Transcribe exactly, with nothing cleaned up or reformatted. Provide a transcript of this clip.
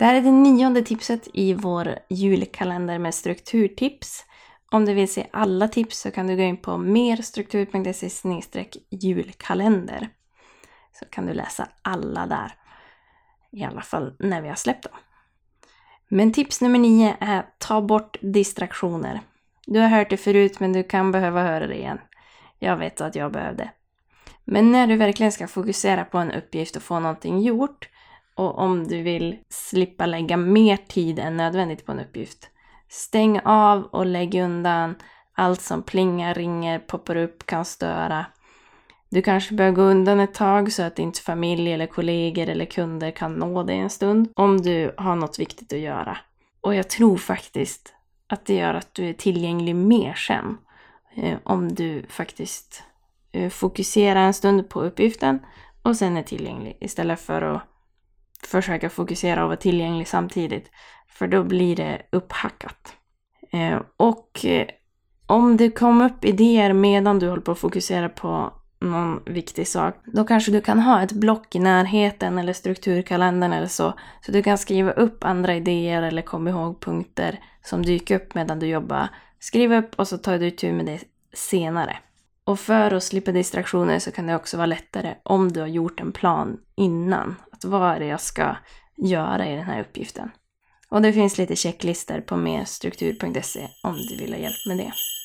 Det här är det nionde tipset i vår julkalender med strukturtips. Om du vill se alla tips så kan du gå in på merstruktur punkt se slash julkalender. Så kan du läsa alla där. I alla fall när vi har släppt dem. Men tips nummer nio är ta bort distraktioner. Du har hört det förut men du kan behöva höra det igen. Jag vet att jag behövde. Men när du verkligen ska fokusera på en uppgift och få någonting gjort, och om du vill slippa lägga mer tid än nödvändigt på en uppgift, stäng av och lägg undan allt som plingar, ringer, poppar upp, kan störa. Du kanske bör gå undan ett tag så att inte familj eller kollegor eller kunder kan nå dig en stund om du har något viktigt att göra. Och jag tror faktiskt att det gör att du är tillgänglig mer sen. Eh, om du faktiskt eh, fokuserar en stund på uppgiften och sen är tillgänglig istället för att försöka fokusera och vara tillgänglig samtidigt. För då blir det upphackat. Eh, och eh, om det kommer upp idéer medan du håller på att fokusera på någon viktig sak, då kanske du kan ha ett block i närheten eller strukturkalendern eller så. Så du kan skriva upp andra idéer eller komma ihåg punkter som dyker upp medan du jobbar. Skriv upp och så tar du tur med det senare. Och för att slippa distraktioner så kan det också vara lättare om du har gjort en plan innan. Att vad är det jag ska göra i den här uppgiften. Och det finns lite checklister på merstruktur punkt se om du vill ha hjälp med det.